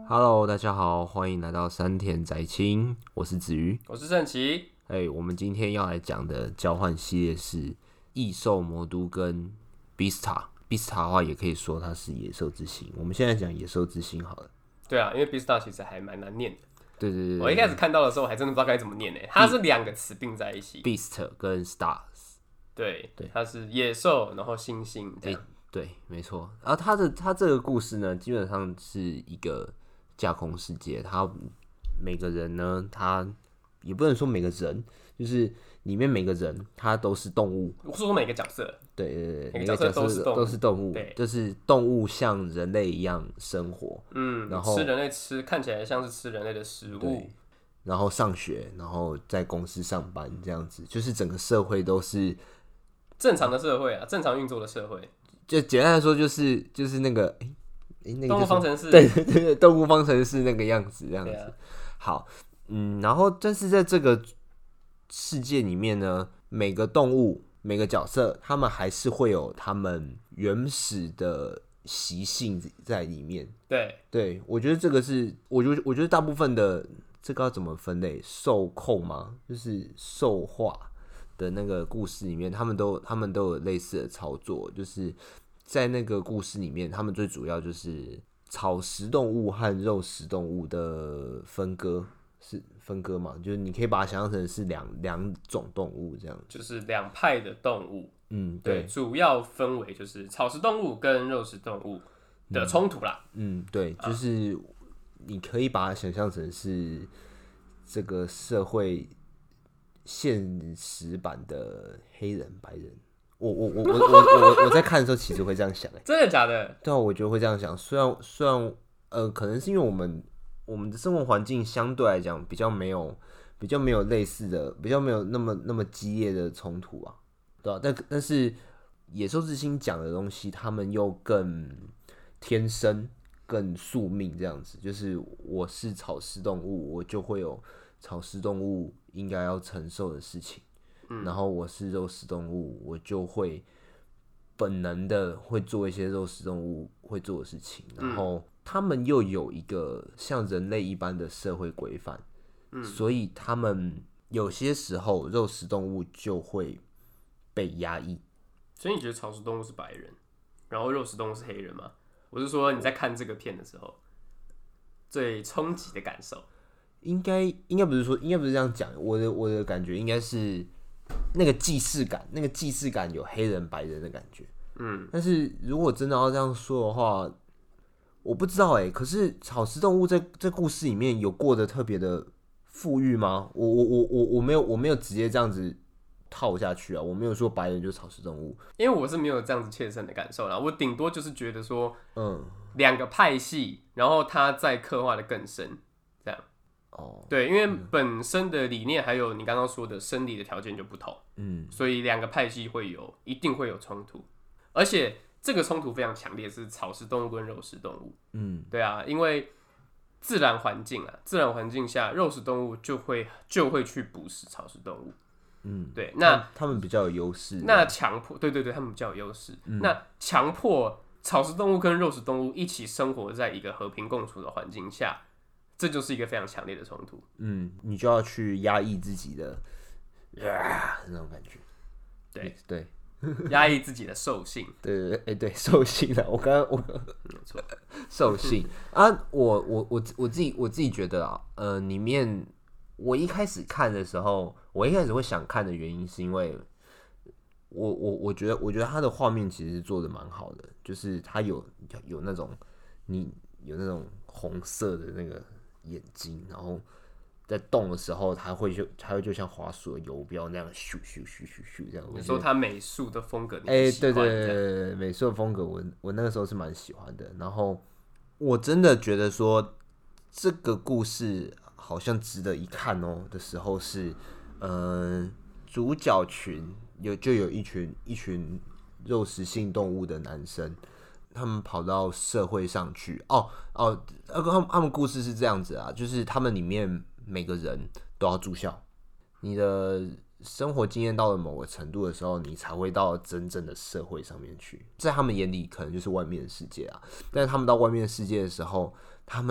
Hello，大家好，欢迎来到山田宅青，我是子瑜， 我是圣奇。 我们今天要来讲的交换系列是异兽魔都跟 Beastars 的话，也可以说它是野兽之心。我们现在讲野兽之心好了。 对啊，因为 Beastars 其实还蛮难念的。 对， 我一开始看到的时候，我还真的不知道该怎么念呢。它是两个词并在一起 Beast 跟 Stars。 对，它是野兽，然后星星这样。 对，没错。然后它这个故事呢，基本上是一个架空世界。它每个人呢，他也不能说每个人，就是里面每个人他都是动物。 我说每个角色， 对， 每个角色都是动物， 对， 就是动物像人类一样生活。然后吃人类看起来像是吃人类的食物。 然后上学，然后在公司上班，这样子，就是整个社会都是正常的社会啊，正常运作的社会。 就简单来说，就是那个那个动物方程式， 对，动物方程式那个样子，这样子。 啊、 好，然后但是在这个世界里面呢，每个动物、每个角色，他们还是会有他们原始的习性在里面。对，我觉得这个是，我觉得大部分的这个要怎么分类？受控吗？就是兽化的那个故事里面，他们都有类似的操作，就是在那个故事里面，他们最主要就是草食动物和肉食动物的分割。是分割嘛？就是你可以把它想象成是两种动物这样， 就是两派的动物。 对， 主要分为就是草食动物跟肉食动物的冲突啦。 对，就是你可以把它想象成是这个社会现实版的黑人白人。我在看的时候其实会这样想， 真的假的？ 对啊，我觉得会这样想。虽然可能是因为我们的生活环境相对来讲比较没有类似的，比较没有那么激烈的冲突啊，对吧？但是野兽之心讲的东西，他们又更天生、更宿命这样子。就是我是草食动物，我就会有草食动物应该要承受的事情。然后我是肉食动物，我就会本能的会做一些肉食动物会做的事情。然后他们又有一个像人类一般的社会规范，所以他们有些时候肉食动物就会被压抑。 所以你觉得草食动物是白人，然后肉食动物是黑人吗？我是说你在看这个片的时候最冲击的感受。 应该不是这样讲。我的感觉应该是那个既视感有黑人白人的感觉。但是如果真的要这样说的话，我不知道可是草食动物在故事里面有过得特别的富裕吗？我没有直接这样子套下去啊。我没有说白人就是草食动物， 因为我是没有这样子切身的感受啦。我顶多就是觉得说，两个派系，然后他再刻画的更深，这样。对，因为本身的理念还有你刚刚说的生理的条件就不同，所以两个派系一定会有冲突，而且这个冲突非常强烈，是草食动物跟肉食动物。对啊，因为自然环境下，肉食动物就会去捕食草食动物。对，那他们比较有优势。 那强迫，对，他们比较有优势。那强迫草食动物跟肉食动物一起生活在一个和平共处的环境下，这就是一个非常强烈的冲突。 你就要去压抑自己的那种感觉。对， 压抑自己的兽性。 对，兽性啊！我刚没错，兽性啊！我自己觉得啊，里面我一开始看的时候，我一开始会想看的原因是因为我觉得它的画面其实做的蛮好的，就是它有那种有那种红色的那个眼睛，然后在动的时候，它会就像滑鼠的游标那样咻咻咻咻咻这样。 你说它美术的风格， 对，美术的风格我那个时候是蛮喜欢的。然后我真的觉得说这个故事好像值得一看的时候是，主角群就有一群肉食性动物的男生。他们跑到社会上去他们故事是这样子啊，就是他们里面每个人都要住校，你的生活经验到了某个程度的时候，你才会到真正的社会上面去。在他们眼里，可能就是外面的世界啊。但是他们到外面的世界的时候，他们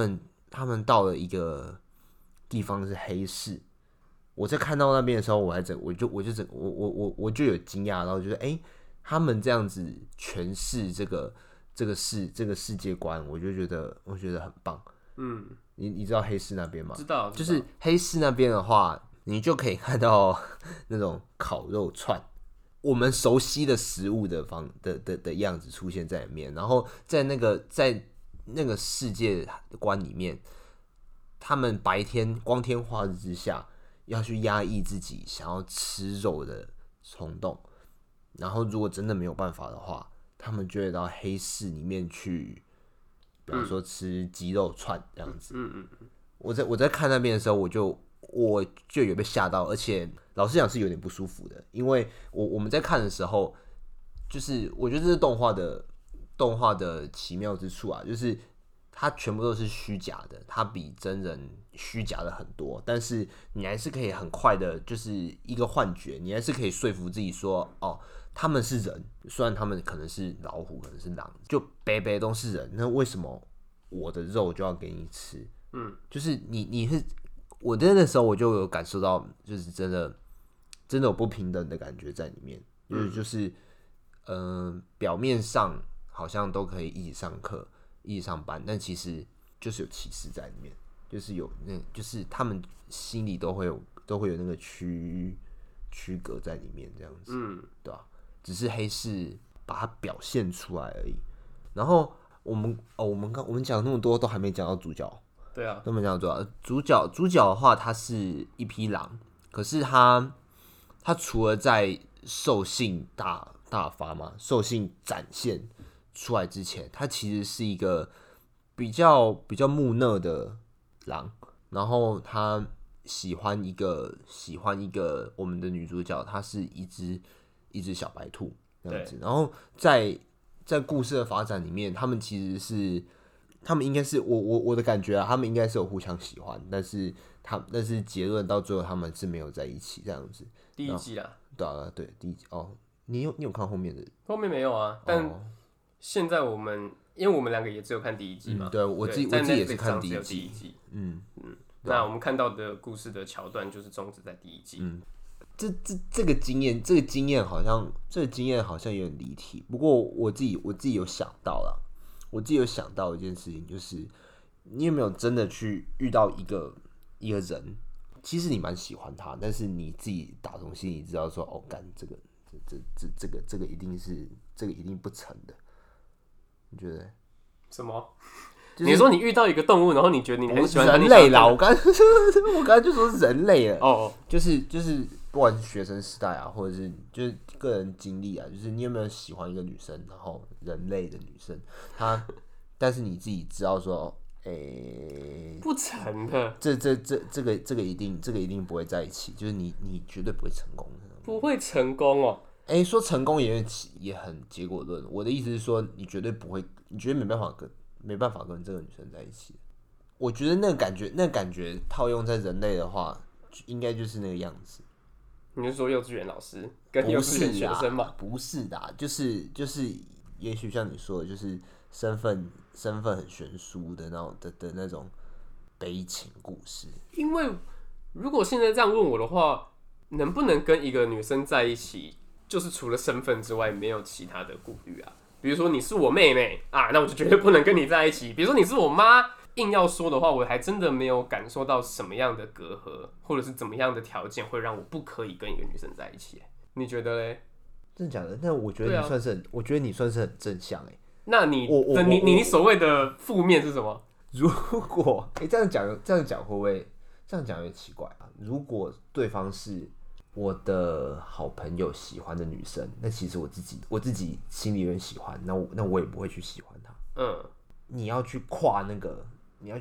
他们到了一个地方是黑市。我在看到那边的时候，我就有惊讶到，就是他们这样子诠释这个世界观，我觉得很棒。你知道黑市那边吗？ 知道。 就是黑市那边的话，你就可以看到那种烤肉串，我们熟悉的食物的样子出现在里面。然后在那个世界观里面，他们白天光天化日之下，要去压抑自己想要吃肉的冲动。然后如果真的没有办法的话，他们就会到黑市里面去，比方说吃鸡肉串这样子。我在看那边的时候，我就有被吓到，而且老实讲是有点不舒服的，因为我们在看的时候，就是我觉得这是动画的奇妙之处啊，就是它全部都是虚假的，它比真人虚假的很多，但是你还是可以很快的，就是一个幻觉，你还是可以说服自己说，哦，他们是人，虽然他们可能是老虎，可能是狼，就北北都是人，那为什么我的肉就要给你吃？就是你是我在那时候我就有感受到，就是真的有不平等的感觉在里面，就是表面上好像都可以一起上课、一起上班，但其实就是有歧视在里面，就是就是他们心里都会有那个区隔在里面，这样子，对吧？只是黑市把它表现出来而已。然后我们讲那么多，都还没讲到主角。 对啊， 都没讲到主角的话，他是一匹狼，可是他除了在兽性大发嘛，兽性展现出来之前，他其实是一个比较木讷的狼。然后他喜欢一个我们的女主角，她是一只小白兔这样子。然后在故事的发展里面，他们应该是我的感觉啊，他们应该是有互相喜欢，但是结论到最后他们是没有在一起这样子。 第一季啦， 对，第一季哦，你有看后面的？ 后面没有啊，但现在因为我们两个也只有看第一季嘛， 对我自己也是看第一季，那我们看到的故事的桥段就是终止在第一季。 这个经验好像有点离题，不过我自己有想到啦。我自己有想到一件事情，就是你有没有真的去遇到一个人，其实你蛮喜欢他，但是你自己打从心里知道说，哦，干这个一定不成的，你觉得？ 什么？ 就是你说你遇到一个动物，然后你觉得你很喜欢人类啦？我刚才就说是人类了。 哦， 就是不管是学生时代啊，或者是就是个人经历啊，就是你有没有喜欢一个女生，然后人类的女生，但是你自己知道说， 不成的， 这个一定不会在一起，就是你绝对不会成功的， 不会成功哦。 说成功也很结果论。我的意思是说，你绝对不会，你绝对没办法跟这个女生在一起。我觉得那个感觉套用在人类的话，应该就是那个样子。 你是说幼稚园老师跟幼稚园学生吗？ 不是的，就是也许像你说的，就是身份很悬殊的那种悲情故事。 因为如果现在这样问我的话，能不能跟一个女生在一起，就是除了身份之外，没有其他的顾虑啊。比如说你是我妹妹啊，那我就绝对不能跟你在一起。比如说你是我妈，硬要说的话，我还真的没有感受到什么样的隔阂，或者是怎么样的条件会让我不可以跟一个女生在一起。你觉得嘞？ 真的假的？那我觉得你算是我觉得你算是很正向哎。 那你所谓的负面是什么？ 如果这样讲会不会这样讲有点奇怪啊？如果对方是我的好朋友喜欢的女生，那其实我自己心里有点喜欢，那我也不会去喜欢她。你要去跨那个，你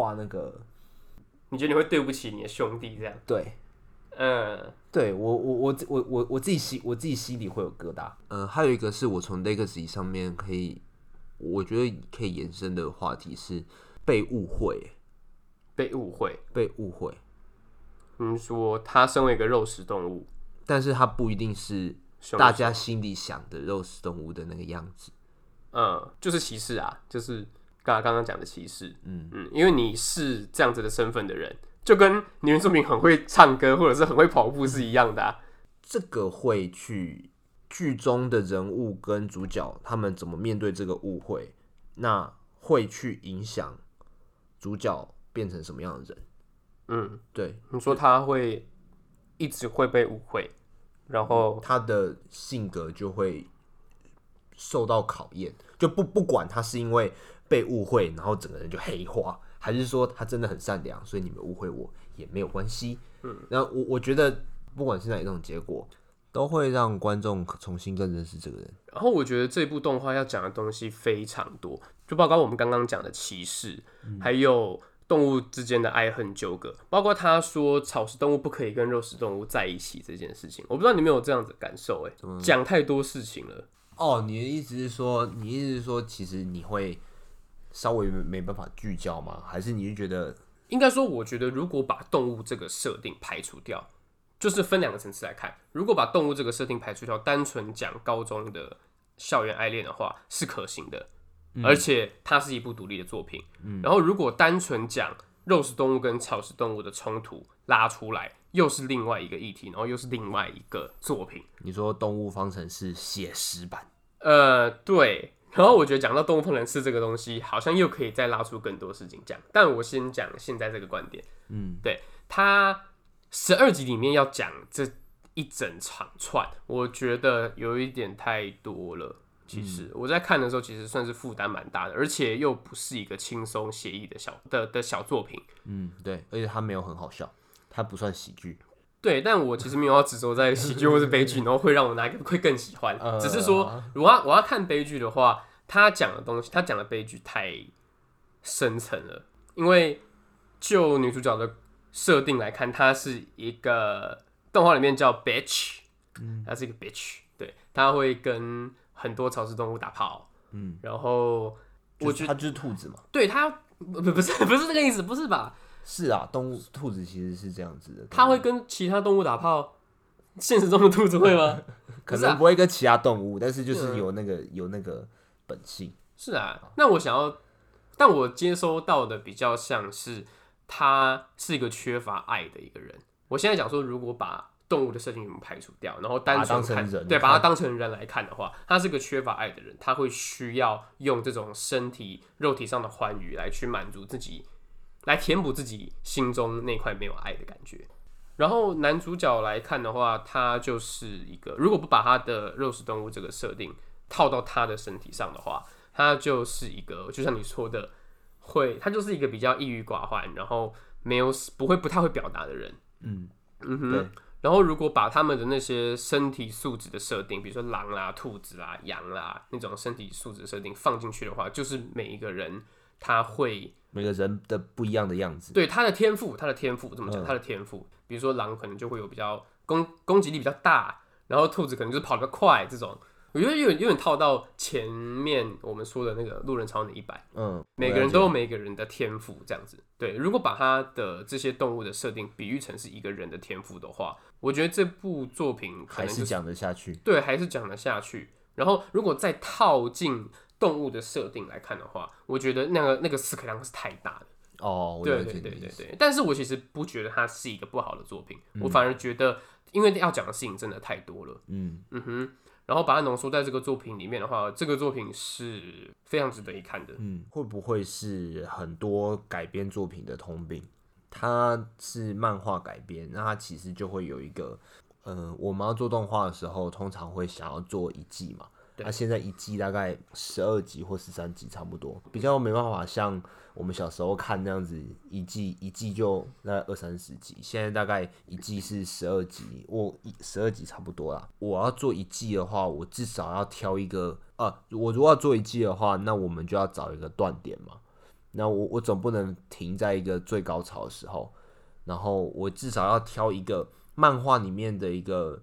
觉得你会对不起你的兄弟这样？ 对，对我自己心里会有疙瘩。还有一个是我从 Legacy 上面我觉得可以延伸的话题是被误会。 你说他身为一个肉食动物， 但是他不一定是大家心里想的肉食动物的那个样子。 就是歧视啊，就是刚刚讲的歧视，因为你是这样子的身份的人，就跟你原住民很会唱歌或者是很会跑步是一样的啊。 这个会去剧中的人物跟主角他们怎么面对这个误会，那会去影响主角变成什么样的人。对， 你说他会一直会被误会，然后他的性格就会受到考验，就不管他是因为被误会，然后整个人就黑化，还是说他真的很善良，所以你们误会我也没有关系。然后我觉得不管是哪一种结果，都会让观众重新更认识这个人。 然后我觉得这部动画要讲的东西非常多，就包括我们刚刚讲的歧视，还有动物之间的爱恨纠葛，包括他说草食动物不可以跟肉食动物在一起这件事情，我不知道你有没有这样子的感受？讲太多事情了。 你的意思是说，其实你会稍微没办法聚焦吗？还是你就觉得？ 应该说，我觉得如果把动物这个设定排除掉，就是分两个层次来看。如果把动物这个设定排除掉，单纯讲高中的校园爱恋的话，是可行的，而且它是一部独立的作品。然后，如果单纯讲肉食动物跟草食动物的冲突拉出来，又是另外一个议题，然后又是另外一个作品。 你说《动物方程式》写实版？ 对。然后我觉得讲到动物方程式这个东西，好像又可以再拉出更多事情讲。但我先讲现在这个观点。对，它12集里面要讲这一整场串，我觉得有一点太多了。其实我在看的时候，其实算是负担蛮大的，而且又不是一个轻松写意的小作品。 对，而且它没有很好笑，它不算喜剧。 对，但我其实没有要执着在喜剧或是悲剧，然后会让我哪一个会更喜欢。只是说，我要看悲剧的话，他讲的东西，他讲的悲剧太深层了。因为就女主角的设定来看，她是一个动画里面叫 bitch，她是一个 bitch， 对，她会跟很多草食动物打炮，然后我觉得它就是兔子嘛。 对，她不是这个意思，不是吧？ 是啊，兔子其实是这样子的。 它会跟其他动物打炮？现实中的兔子会吗？ 可能不会跟其他动物，但是就是有那个本性。 是啊，那但我接收到的比较像是他是一个缺乏爱的一个人。我现在讲说，如果把动物的设定排除掉，然后单纯看，对，把它当成人来看的话，他是个缺乏爱的人，他会需要用这种肉体上的欢愉来去满足自己。来填补自己心中那块没有爱的感觉。然后男主角来看的话，他就是一个，如果不把他的肉食动物这个设定套到他的身体上的话，他就是一个，就像你说的，他就是一个比较抑郁寡欢，然后不太会表达的人。 对。 然后如果把他们的那些身体素质的设定，比如说狼啦、兔子啦、羊啦那种身体素质的设定放进去的话，就是每一个人他会。 每个人的不一样的样子， 对他的天赋怎么讲？他的天赋，比如说狼可能就会有比较攻击力比较大，然后兔子可能就是跑得快这种。我觉得有点套到前面我们说的那个路人超能100，每个人都有每个人的天赋这样子。对，如果把他的这些动物的设定比喻成是一个人的天赋的话，我觉得这部作品可能还是讲得下去。 对，还是讲得下去。然后如果再套进动物的设定来看的话，我觉得那个思考量是太大的。对。但是我其实不觉得它是一个不好的作品，我反而觉得，因为要讲的事情真的太多了。然后把它浓缩在这个作品里面的话，这个作品是非常值得一看的。 会不会是很多改编作品的通病？它是漫画改编，那它其实就会有一个，我们要做动画的时候，通常会想要做一季嘛。那现在一季大概12集或13集差不多，比较没办法像我们小时候看那样子，一季就大概20-30集。现在大概一季是12集，我12集差不多啦。我要做一季的话，我至少要挑一个我如果要做一季的话，那我们就要找一个断点嘛。那我总不能停在一个最高潮的时候，然后我至少要挑一个漫画里面的一个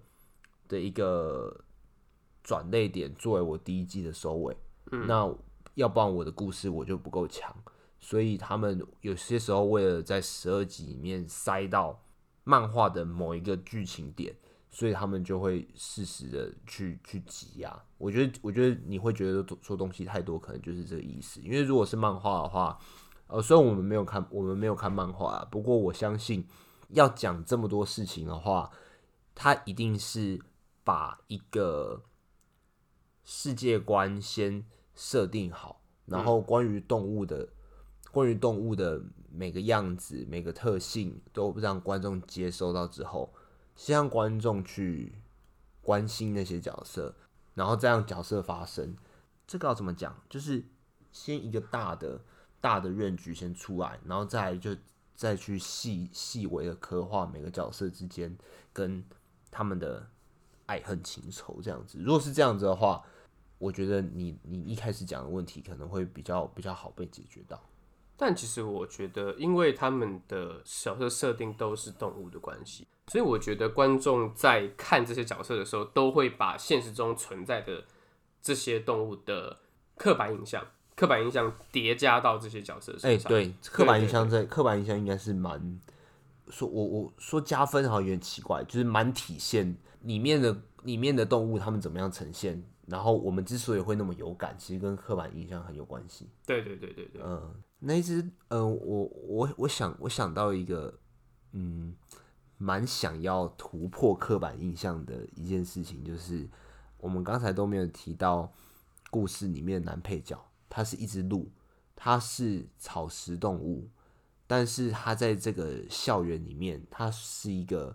转捩点作为我第一季的收尾。那要不然我的故事我就不够强，所以他们有些时候为了在12集里面塞到漫画的某一个剧情点， 所以他们就会适时的去挤压。我觉得你会觉得说东西太多，可能就是这个意思。因为如果是漫画的话，虽然我们没有看漫画啊，不过我相信要讲这么多事情的话，它一定是把一个世界观先设定好，然后关于动物的每个样子、每个特性都让观众接收到之后，先让观众去关心那些角色，然后再让角色发生。这个要怎么讲？就是先一个大的认局先出来，然后再去细微的刻画每个角色之间跟他们的爱恨情仇这样子。如果是这样子的话，我觉得你一开始讲的问题可能会比较好被解决到。 但其实我觉得，因为他们的角色设定都是动物的关系，所以我觉得观众在看这些角色的时候，都会把现实中存在的这些动物的刻板印象叠加到这些角色身上。 对，刻板印象应该是蛮我说加分好像有点奇怪，就是蛮体现里面的动物他们怎么样呈现。然后我们之所以会那么有感，其实跟刻板印象很有关系。 对。 那一只我想到一个蛮想要突破刻板印象的一件事情，就是我们刚才都没有提到故事里面的男配角，他是一只鹿，它是草食动物，但是它在这个校园里面，它是一个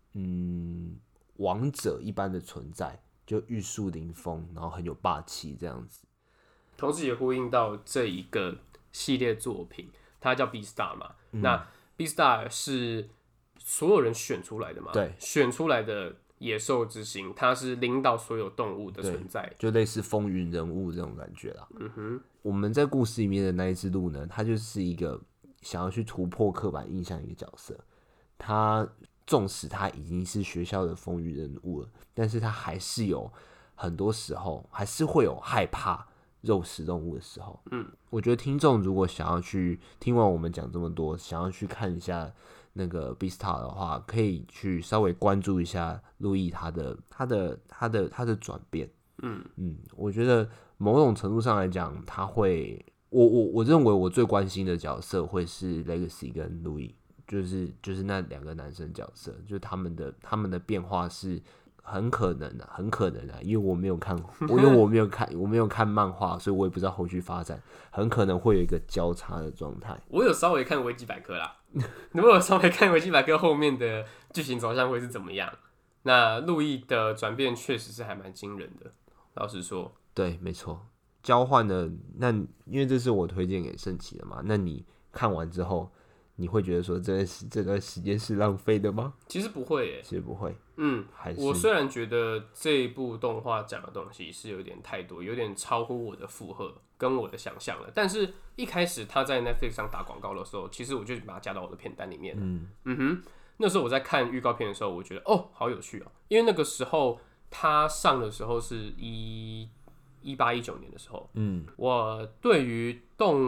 王者一般的存在，就玉树临风，然后很有霸气这样子。 同时也呼应到这一个系列作品，它叫 Beastars 嘛。那 Beastars 是所有人选出来的嘛？ 对， 选出来的野兽之星，它是领导所有动物的存在， 就类似风云人物这种感觉啦。我们在故事里面的那一只鹿呢，它就是一个想要去突破刻板印象的一个角色。它纵使他已经是学校的风云人物了，但是他还是有很多时候还是会有害怕肉食动物的时候。我觉得听众如果想要去听完我们讲这么多，想要去看一下那个 Beastars 的话，可以去稍微关注一下路易他的转变。我觉得某种程度上来讲，他会我认为我最关心的角色会是 Legacy 跟路易。就是那两个男生角色，就是他们的变化是很可能的，因为我没有看漫画，所以我也不知道后续发展，很可能会有一个交叉的状态。 我有稍微看维基百科啦，如果有稍微看维基百科后面的剧情走向会是怎么样，那路易的转变确实是还蛮惊人的。老实说， 对，没错，交换的那因为这是我推荐给圣奇的嘛，那你看完之后。你会觉得说这段时间是浪费的吗？ 其实不会耶， 其实不会。 我虽然觉得这一部动画讲的东西是有点太多，有点超乎我的负荷跟我的想象了。但是一开始他在 Netflix 上打广告的时候，其实我就把它加到我的片单里面了。那时候我在看预告片的时候，我觉得好有趣哦，因为那个时候他上的时候是18、19年的时候。我对于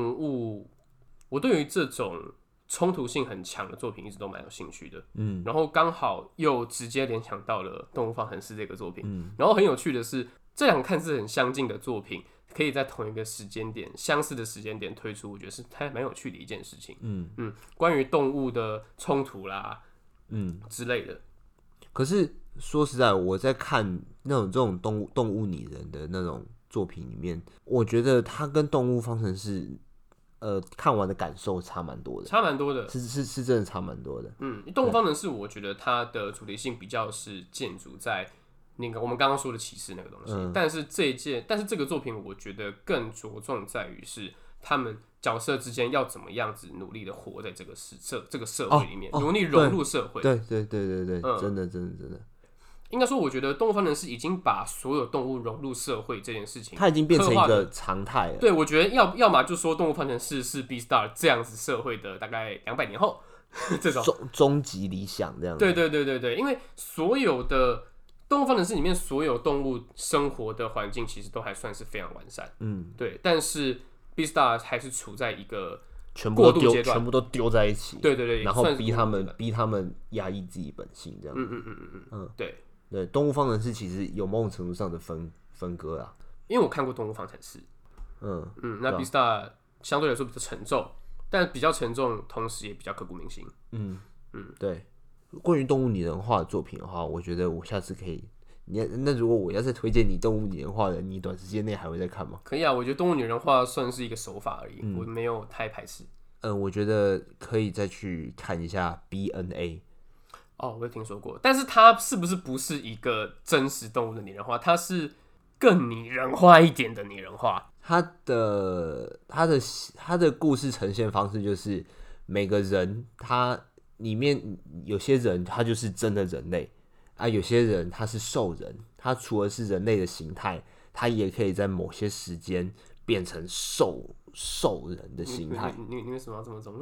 这种冲突性很强的作品一直都蛮有兴趣的，然后刚好又直接联想到了《动物方程式》这个作品，然后很有趣的是，这两个看似很相近的作品，可以在同一个时间点、相似的时间点推出，我觉得是还蛮有趣的一件事情。关于动物的冲突啦，之类的。 可是说实在，我在看这种动物拟人的那种作品里面，我觉得它跟《动物方程式》看完的感受差蛮多的，是真的差蛮多的。 动物方程式我觉得它的主题性比较是建筑在那个我们刚刚说的骑士那个东西，但是这个作品我觉得更着重在于是他们角色之间要怎么样子努力的活在这个社会里面，努力融入社会。 对，真的。 应该说，我觉得《动物方程式》已经把所有动物融入社会这件事情， 它已经变成一个常态了。 对，我觉得要么就说《动物方程式》是 Beastars 这样子社会的大概200年后这种终极理想这样子。 对，因为所有的《动物方程式》里面所有动物生活的环境其实都还算是非常完善，对。但是 Beastars 还是处在一个过渡阶段， 全部都丢在一起， 对， 然后逼他们压抑自己本性这样。 对。 对，动物方程式其实有某种程度上的分割啦。 因为我看过动物方程式，那 Beastars 相对来说比较沉重，但比较沉重，同时也比较刻骨铭心。 对。关于动物拟人化的作品的话，我觉得我下次可以。那如果我要是推荐你动物拟人化的，你短时间内还会再看吗？ 可以啊，我觉得动物拟人化算是一个手法而已，我没有太排斥。 我觉得可以再去看一下 BNA。 哦，我有听说过，但是它是不是一个真实动物的拟人化？它是更拟人化一点的拟人化。 它的故事呈现方式就是每个人他里面有些人他就是真的人类啊，有些人他是兽人，他除了是人类的形态，他也可以在某些时间变成兽人的形态。 你为什么要这么中？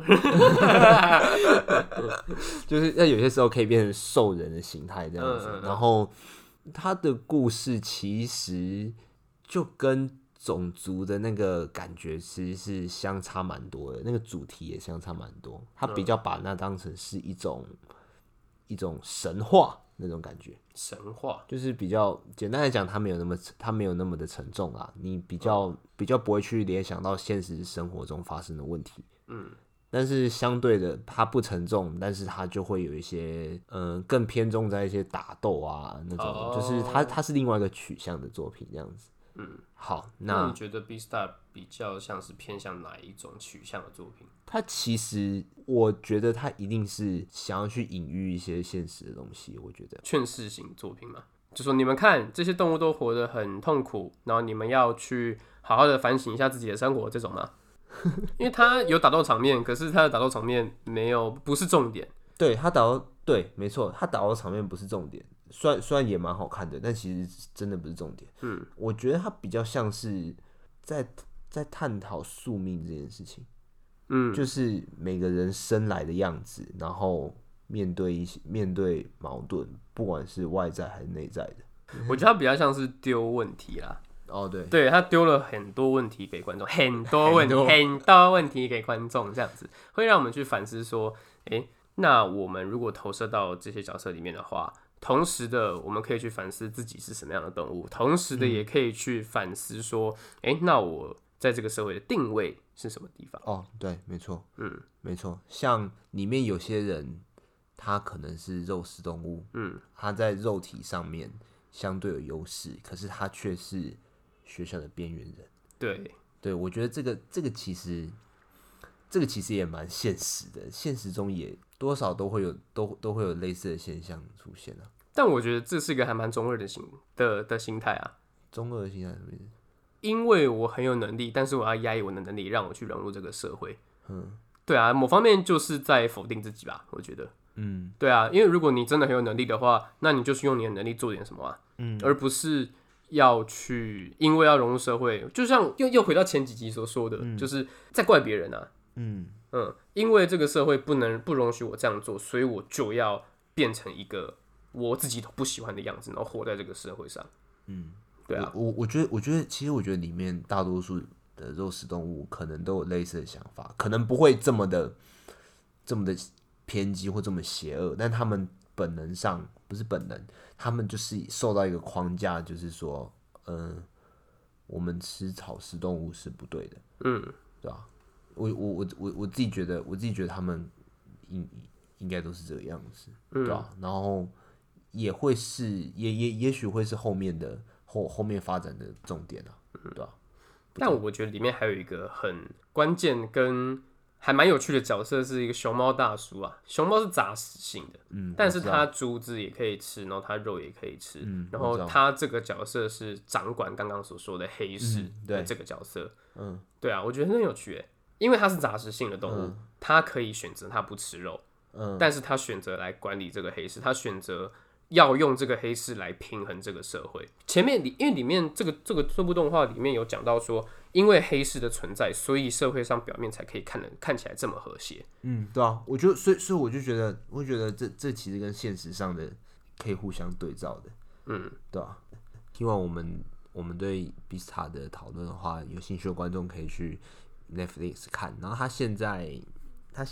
就是在有些时候可以变成兽人的形态这样子。然后他的故事其实就跟种族的那个感觉其实是相差蛮多的，那个主题也相差蛮多。他比较把那当成是一种神话那种感觉。 神话就是比较简单来讲，它没有那么的沉重啦。你比较不会去联想到现实生活中发生的问题。但是相对的，它不沉重，但是它就会有一些更偏重在一些打斗啊那种，就是它是另外一个取向的作品这样子。好， 那你觉得 Beastars 比较像是偏向哪一种取向的作品？ 它其实我觉得它一定是想要去隐喻一些现实的东西。我觉得劝世型作品嘛，就说你们看这些动物都活得很痛苦，然后你们要去好好的反省一下自己的生活，这种吗？因为它有打斗场面，可是它的打斗场面不是重点。 对，对，没错，它打斗场面不是重点。虽然也蛮好看的，但其实真的不是重点。我觉得它比较像是在探讨宿命这件事情。就是每个人生来的样子，然后面对矛盾，不管是外在还是内在的。 我觉得它比较像是丢问题啦。对，他丢了很多问题给观众，很多问题给观众，这样子会让我们去反思说，那我们如果投射到这些角色里面的话，同时的我们可以去反思自己是什么样的动物，同时的也可以去反思说，那我在这个社会的定位是什么地方？ 对，没错，没错，像里面有些人，他可能是肉食动物，他在肉体上面相对有优势，可是他却是学校的边缘人。对，我觉得这个其实也蛮现实的，现实中也多少都会有类似的现象出现啊。 但我觉得这是一个还蛮中二的心态啊。 中二的心态什么意思？ 因为我很有能力，但是我要压抑我的能力，让我去融入这个社会。对啊，某方面就是在否定自己吧，我觉得。对啊，因为如果你真的很有能力的话，那你就是用你的能力做点什么啊，而不是要去因为要融入社会，就像又回到前几集所说的，就是在怪别人啊。因为这个社会不容许我这样做，所以我就要变成一个我自己都不喜欢的样子，然后活在这个社会上。对啊， 我觉得，其实我觉得里面大多数的肉食动物可能都有类似的想法，可能不会这么的偏激或这么邪恶，但他们本能上不是本能，他们就是受到一个框架，就是说，我们吃草食动物是不对的，对吧？我自己觉得他们应该都是这个样子，对吧？然后也会是也许会是后面发展的重点啊，对吧？ 但我觉得里面还有一个很关键跟还蛮有趣的角色，是一个熊猫大叔啊。熊猫是杂食性的，但是它竹子也可以吃，然后它肉也可以吃，然后它这个角色是掌管刚刚所说的黑市的这个角色，对啊，我觉得很有趣耶，因为它是杂食性的动物，它可以选择它不吃肉，但是它选择来管理这个黑市，它选择要用这个黑市来平衡这个社会。前面因为里面这部动画里面有讲到说，因为黑市的存在，所以社会上表面才可以看起来这么和谐。 对啊，我觉得所以我就觉得这其实跟现实上的可以互相对照的，对啊。听完我们对 Beastars 的讨论的话，有兴趣的观众可以去 Netflix 看，然后他现在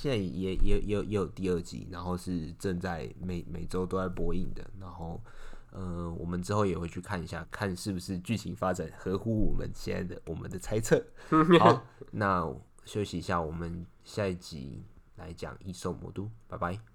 也有第二季，然后是正在每周都在播映的，然后我们之后也会去看一下，看是不是剧情发展合乎我们的猜测。好，那休息一下，我们下一集来讲异兽魔都，拜拜。